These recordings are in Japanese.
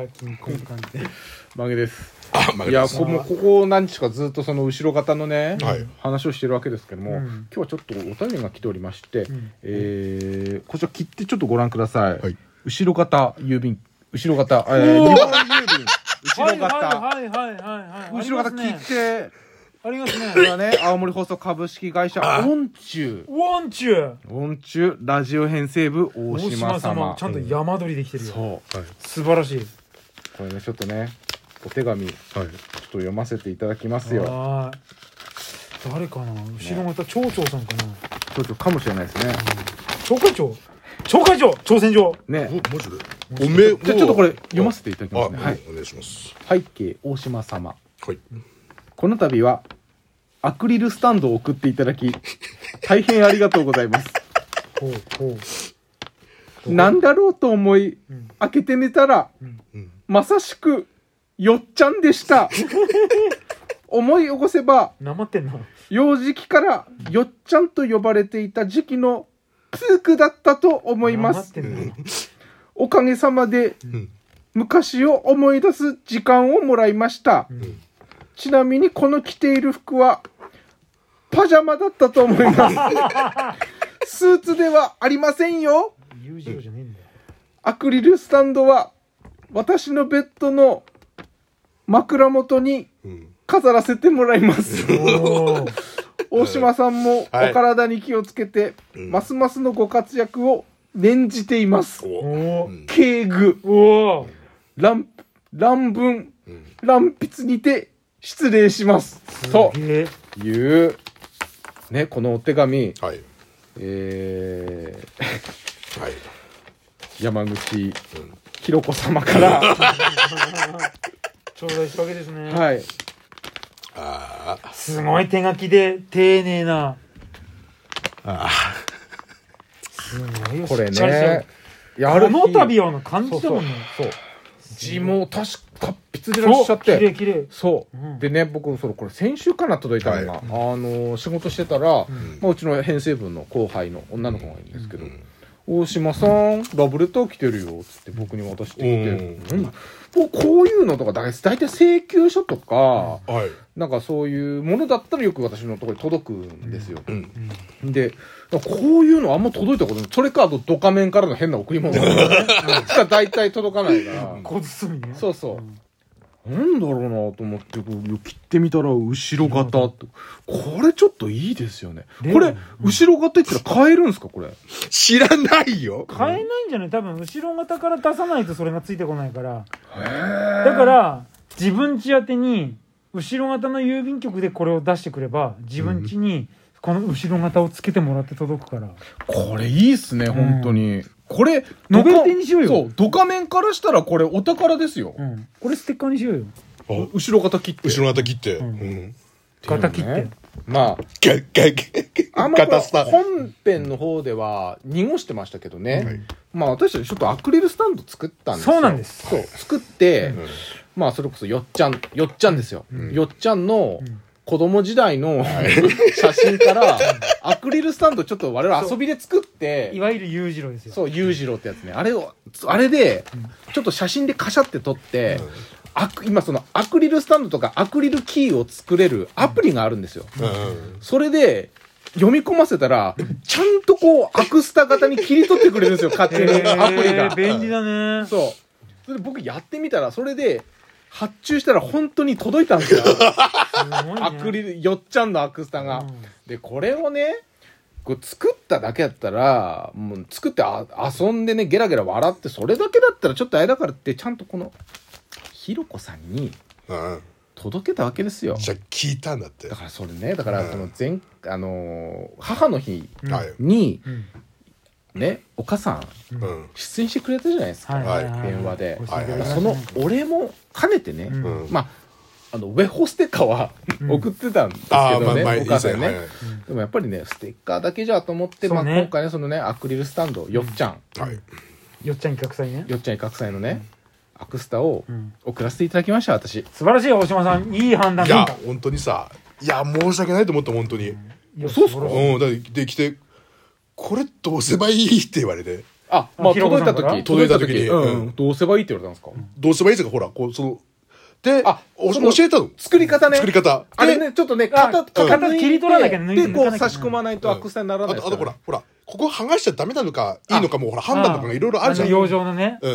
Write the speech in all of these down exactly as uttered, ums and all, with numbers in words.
か君こういう感じで曲げです。 あ、曲いやげです。 こもここ何日かずっとその後ろ型のね、 はい、 話をしてるわけですけども、 うん、 今日はちょっとお便りが来ておりまして、 うん、 えー、こちら切ってちょっとご覧ください、 はい、 後ろ型郵便後ろ型、えー、日本郵便後ろ型、 はいはいはいはいはい後ろ型切ってありますね。 これはね、青森放送株式会社オンチューオンチューオンチューラジオ編成部大島様、 ちゃんと山取りできてるよ。 そう、 はい、 素晴らしい。 これねちょっとねお手紙、はい、ちょっと読ませていただきますよ。 はい。誰かな、後ろ型町長さんかな。 町長かもしれないですね。 町会長町会長挑戦状ね。 お、マジでおめじゃあちょっとこれ読ませていただきますね。はい、 お願いします。 背景大島様、 はい、 この度はアクリルスタンドを送っていただき大変ありがとうございます。 ほうほうなんだろうと思い、うん、開けてみたら、うん、まさしくよっちゃんでした思い起こせばなまってんな、 幼児期からよっちゃんと呼ばれていた時期のピークだったと思います。おかげさまで、うん、昔を思い出す時間をもらいました、うん、ちなみにこの着ている服はパジャマだったと思いますスーツではありませんよ。 裕次郎じゃねえんだよ。 アクリルスタンドは私のベッドの枕元に飾らせてもらいます、うん、大島さんもお体に気をつけて、はい、ますますのご活躍を念じています。敬具乱乱文、うん、乱筆にて失礼しますというね、このお手紙、はい、えーはい、山口、うん、ひろこ様から頂戴したわけですね。 はい。 ああ、すごい手書きで丁寧な。 ああ、 すごいよ。 これね、 やるこの度はの感じだもんね。 そうそうそう、字も確か達筆でらっしゃって、 綺麗綺麗。 そう、うん、でね、僕そのこれ先週かな届いたのが、はい、あの仕事してたら、うんまあ、うちの編成部の後輩の女の子がいるんですけど、うん、大島さんラブレター来てるよっつって僕に渡してきて、うん、こういうのとかだいたい請求書とか、はい、なんかそういうものだったらよく私のところに届くんですよ、うんうん、でこういうのあんま届いたことない。それかあとドカメンからの変な贈り物がねしか大体届かないから小包ね。 そうそう、うん、なんだろうなと思ってこう切ってみたら後ろ型って、これちょっといいですよね。これ、うん、後ろ型って言ったら買えるんですかこれ。 知らないよ。 買えないんじゃない？多分後ろ型から出さないとそれがついてこないから。へだから自分家宛てに後ろ型の郵便局でこれを出してくれば自分家にこの後ろ型をつけてもらって届くから、うん、 これいいっすね本当に、うん、これノベルティにしようよ。 そうドカメンからしたらこれお宝ですよ、うん、 これステッカーにしようよ。 後ろ型切って後ろ型切って、 うんうん、型切って、 まああんま本編の方では濁してましたけどね、うん、まあ私たちちょっとアクリルスタンド作ったんですよ。 そうなんです。 そう作って、うん、まあそれこそよっちゃんよっちゃんですよ、うん、よっちゃんの、うん子供時代の写真からアクリルスタンドちょっと我々遊びで作っていわゆる裕次郎ですよ。 そう裕次郎ってやつね。あれをあれでちょっと写真でカシャって撮って、うん、アク今そのアクリルスタンドとかアクリルキーを作れるアプリがあるんですよ、うん、それで読み込ませたらちゃんとこうアクスタ型に切り取ってくれるんですよ勝手にアプリが、えー、 便利だね。 そうそれで僕やってみたらそれで発注したら本当に届いたんですよすごい、ね、アクリルよっちゃんのアクスタが、うん、でこれをねこう作っただけだったらもう作ってあ遊んでねゲラゲラ笑ってそれだけだったらちょっとあれだからってちゃんとこのひろこさんに届けたわけですよ、うん、 じゃあ聞いたんだって。 だからそれねだからその前、うん、あのー、母の日に、うんね、お母さん、うん、出演してくれたじゃないですか、はい、電話で、はいはいはい、そのお礼も兼ねてね、うん、まああのウェホステッカーは、うん、送ってたんですけどね、まあ、お母さんね、はいはい、でもやっぱりねステッカーだけじゃと思って、ねまあ、今回ねそのねアクリルスタンドよっちゃん、 うんはい、よっちゃん威嚇祭ねよっちゃん威嚇祭のね、うん、アクスタを送らせていただきました私。 素晴らしい大島さんいい判断。 いや本当にさいや申し訳ないと思った本当に、 うん、そうっすか。 うんだってできてこれどうすればいいって言われてあ、まあ、届いた時、 届いた時に、 うん、どうすればいいって言われたんですか？ どうすればいいですか、ほら、こう、その、で、 あ、 教えたの。 作り方ね。 作り方。 あれね、ちょっとね、型、 型切り取らなきゃ抜いてで、こう差し込まないとアクスタにならない。 あと、あとほら、ほら、ここ剥がしちゃダメなのか、いいのかも、ほら、判断とかいろいろあるじゃん。 養生のね。 うん。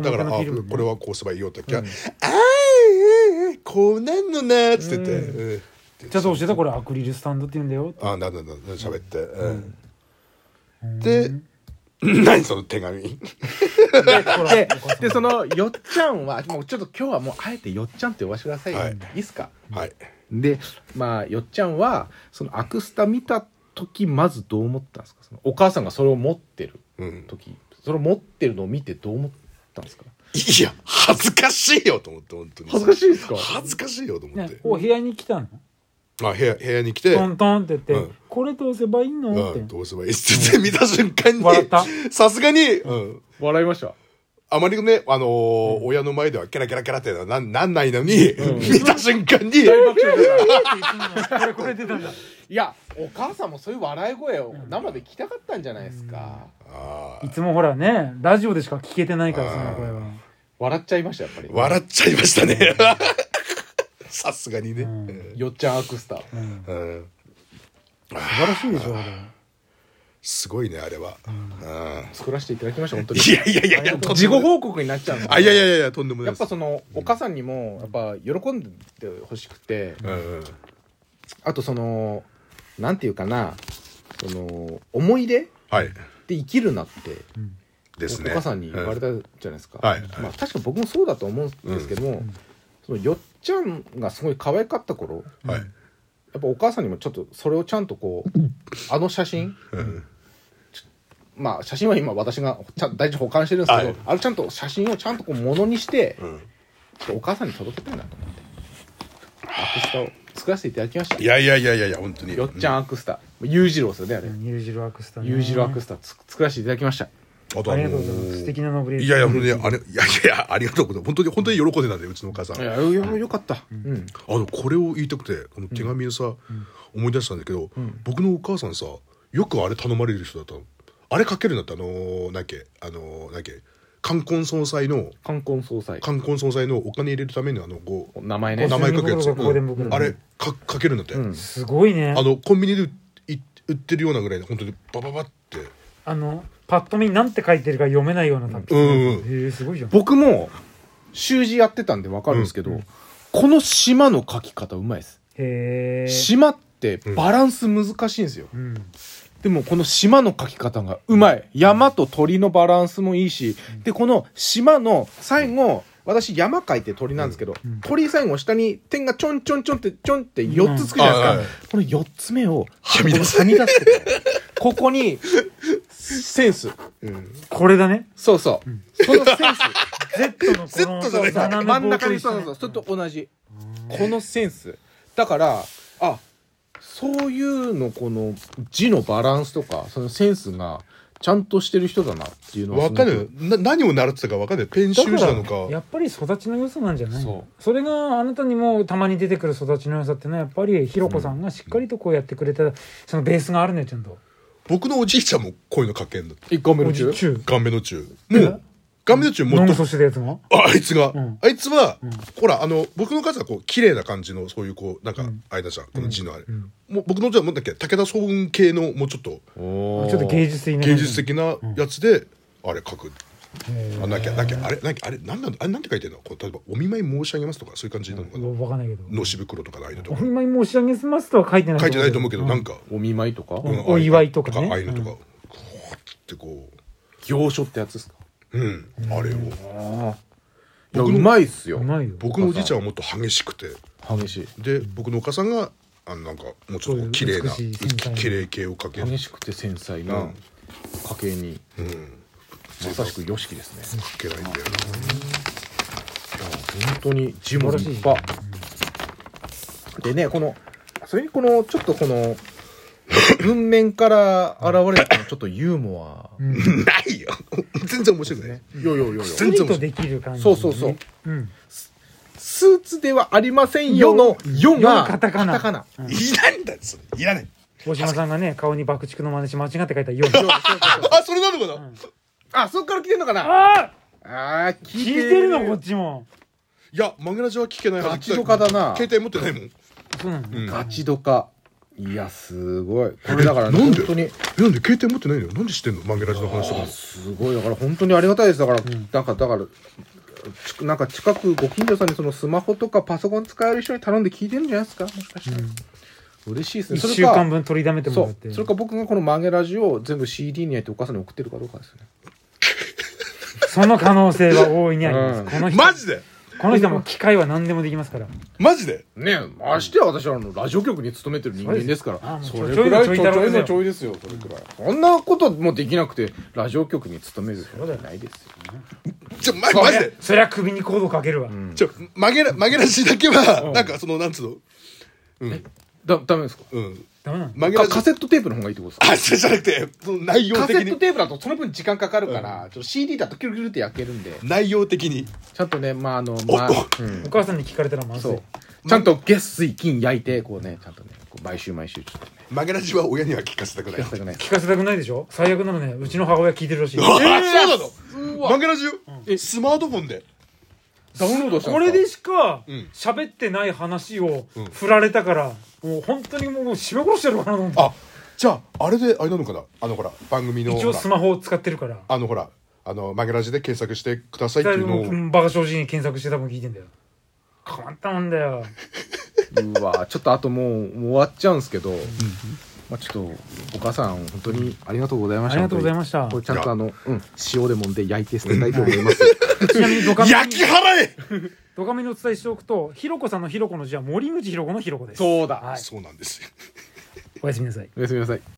だから、あ、これはこうすればいいよって言ったら、あー、こうなんのな、つってて。 じゃあどうしてたこれアクリルスタンドって言うんだよ。 あ、なんだなんだ、喋って。で、何その手紙。 で、で、その、よっちゃんは、もうちょっと今日はもうあえてよっちゃんって呼ばせてください。いいっすか？ はい。 で、まあ、よっちゃんは、そのアクスタ見た時まずどう思ったんですか？そのお母さんがそれを持ってる時、それを持ってるのを見てどう思ったんですか？ いや、恥ずかしいよと思って、本当に。 恥ずかしいですか？ 恥ずかしいよと思って。 お部屋に来たの？ あ、部屋、部屋に来て。 トントンって言って、これどうせばいいのって。 どうせばいいって言って見た瞬間に、 笑った。 さすがに、 笑いました。 あまりね、あの、親の前ではキャラキャラキャラってな、なんないのに、見た瞬間に、 大爆笑だから。これ、これ出たんだ。 いや、お母さんもそういう笑い声を生で聞きたかったんじゃないですか。 いつもほらね、ラジオでしか聞けてないから、その声は。 笑っちゃいました、やっぱり。 笑っちゃいましたね。さすがにね。 よっちゃんアクスタ。素晴らしいでしょ、あれ。 すごいね、あれは。 作らせていただきました、本当に。 いやいやいやいや、 事後報告になっちゃうんで。 あ、いやいやいや、とんでもないやっぱその、お母さんにも、やっぱ喜んでほしくて、あとその、なんていうかな、その、思い出で生きるなって、お母さんに言われたじゃないですか。まあ確か僕もそうだと思うんですけども、そのよっちゃんがすごい可愛かった頃、やっぱお母さんにもちょっとそれをちゃんとこうあの写真、まあ写真は今私がちゃん大事に保管してるんですけど、あれちゃんと写真をちゃんとこうものにして、お母さんに届けたいなと思ってアクスタを作らせていただきました。 いやいやいやいや本当によっちゃんアクスタ、裕次郎ですよね、あれ。 裕次郎アクスタ、 裕次郎アクスタ作らせていただきました。 あとありがとうございます。素敵なノブレース。 いやいや、本当に、あれ、いやいや、ありがとうございます。本当に、本当に喜んでたんで、うちのお母さん。 いや、よかった。うん。 あの、これを言いたくて、この手紙をさ、思い出したんだけど、僕のお母さんさ、よくあれ頼まれる人だったの。あれかけるんだった、あのー、なんだっけ、あのー、なんだっけ、冠婚葬祭の、 冠婚葬祭。 冠婚葬祭のお金入れるために、あの、こう、 名前ね。 名前書くやつ。あれ、か、かけるんだって。 すごいね。 あの、コンビニで売ってるようなぐらいで、本当に、バババって。 あの、パッと見なんて書いてるか読めないようなタッチ。へえ、すごいじゃん。 僕も習字やってたんで分かるんですけど、この島の書き方うまいです。 へえ。 島ってバランス難しいんですよ。でもこの島の書き方がうまい。山と鳥のバランスもいいし、でこの島の最後、私山書いて鳥なんですけど、鳥最後下に点がちょんちょんちょんってちょんってよっつつくじゃないですか。このよっつめをはみ出す。 はみ出す。ここにセンス、 うん、これだね。 そうそう、うん、そのセンス Z のこの斜め真ん中にそうそうそれと同じこのセンスだから、あ、そういうのこの字のバランスとかそのセンスがちゃんとしてる人だなっていうのは分かんないな。何を習ってたか分かんない。ペン習字なのか。 やっぱり育ちの良さなんじゃない？ そう。 それがあなたにもたまに出てくる育ちの良さっていうのはやっぱりひろこさんがしっかりとこうやってくれた、うん、そのベースがあるね、ちゃんと。僕のおじいちゃんもこういうの書けんだって。 ガンメの中ガンメの中。もう、ガンメの中もっと。 ノンソしてたやつがあ、あいつが。うん、あいつは、うん、ほら、あの、僕の数はこう、綺麗な感じの、そういうこう、なんか、あれだじゃん。この字のあれ。うん、もう僕の字はもうだっけ、武田総雲系の、もうちょっと。 ちょっと芸術的な。 芸術的なやつで、あれ書く。あ、なんか、なんか、あれ、なんか、あれ、なんなんあれ、なんて書いてるの？こう、例えば、お見舞い申し上げますとか、そういう感じなのかな。 わかんないけど。 のし袋とかないのとか。 お見舞い申し上げますとは書いてない。 書いてないと思うけど、なんか。 お見舞いとかお祝いとかね。 ああいうのとか。こうってこう。 行書ってやつですか？ うん。あれを。 僕のうまいっすよ。 僕のおじいちゃんはもっと激しくて。 激しい。 で、僕のお母さんが、あの、なんか、もうちょっと綺麗な、綺麗系をかける。 激しくて繊細な家系に。うん。まさしくよしきですね。 書けないんだよな。いや、 本当に字も立派。でね、この、それにこの、ちょっとこの、文面から現れたちょっとユーモア。 ないよ。全然面白くない。 いやいやいやいや。 全然できる感じ。 そうそうそう。スーツではありませんよのよがカタカナ。 いらんだよ、それ。いらない。 大島さんがね、顔に爆竹の真似し間違って書いたよ。 あ、それなのかな。 あ、そっから来てんのかな。 ああー、 聞いてるのこっちも。 いやマゲラジは聞けないはず。 ガチドカだな。 携帯持ってないもん。 そうなの、 うんガチドカ。いや、すごい。これだからね、 なんで本当に。 なんで携帯持ってないのよ。なんで知ってんのマゲラジの話とかも。 すごい。だから本当にありがたいです。だから、なんか、だから、ちなんか近くご近所さんにそのスマホとかパソコン使える人に頼んで聞いてるんじゃないですか、もしかしたら。嬉しいですね。 いっしゅうかんぶん取りだめてもそらって。 う。それか僕がこのマゲラジを全部 シーディー に焼いてお母さんに送ってるかどうかですね。 その可能性は大いにあります。 うんこの人マジでこの人も機械は何でもできますから。 マジでねえ、ましてや私はあのラジオ局に勤めてる人間ですから。 あもうそれくらいちょいちょいのちょいでですよ、それくらい。そんなこともできなくて、ラジオ局に勤める人じゃないですよ。 ちょまそりゃマジでそりゃ首にコードかけるわ。 ちょマゲラマゲラジだけはなんかそのなんつうのうんだ、ダメですか？ うんダメなの？ マゲラジかカセットテープの方がいいってことですか？ あそれじゃなくてその内容カセ的にットテープだとその分時間かかるから、ちょっと シーディー だとキュルキュルって焼けるんで、 内容的にちゃんとね、まああの、 おまあ、うんお母さんに聞かれたらまずいそう。ちゃんと月水金焼いて、こうね、ちゃんとね、こう毎週毎週ちょっとね、 マゲラジは親には聞かせたくない聞かせたくない。 聞かせたくないでしょ。最悪なのね、うちの母親聞いてるらしい。 あそうなのマゲラジえスマートフォンでダウンロードしたんこれでしかうん喋ってない話をうん振られたから、もう本当にもう締め殺してるかなと思って。 あじゃああれであれなのかなあのほら番組の一応スマホを使ってるから。 あのほらあのマゲラジで検索してくださいっていうのをうんバカ正直に検索して多分聞いてんだよ。困ったもんだよ。 うわちょっとあともうもう終わっちゃうんですけど、まあ、ちょっとお母さん本当にありがとうございました。 ありがとうございましたこれちゃんとあの、うん、塩で揉んで焼いて捨てたいと思います。 ちなみにドカミ焼き払えドカミにお伝えしておくと、ひろこさんのひろこの字は森口ひろこのひろこです。 そうだ。 はい。 そうなんですよおやすみなさい。 おやすみなさい。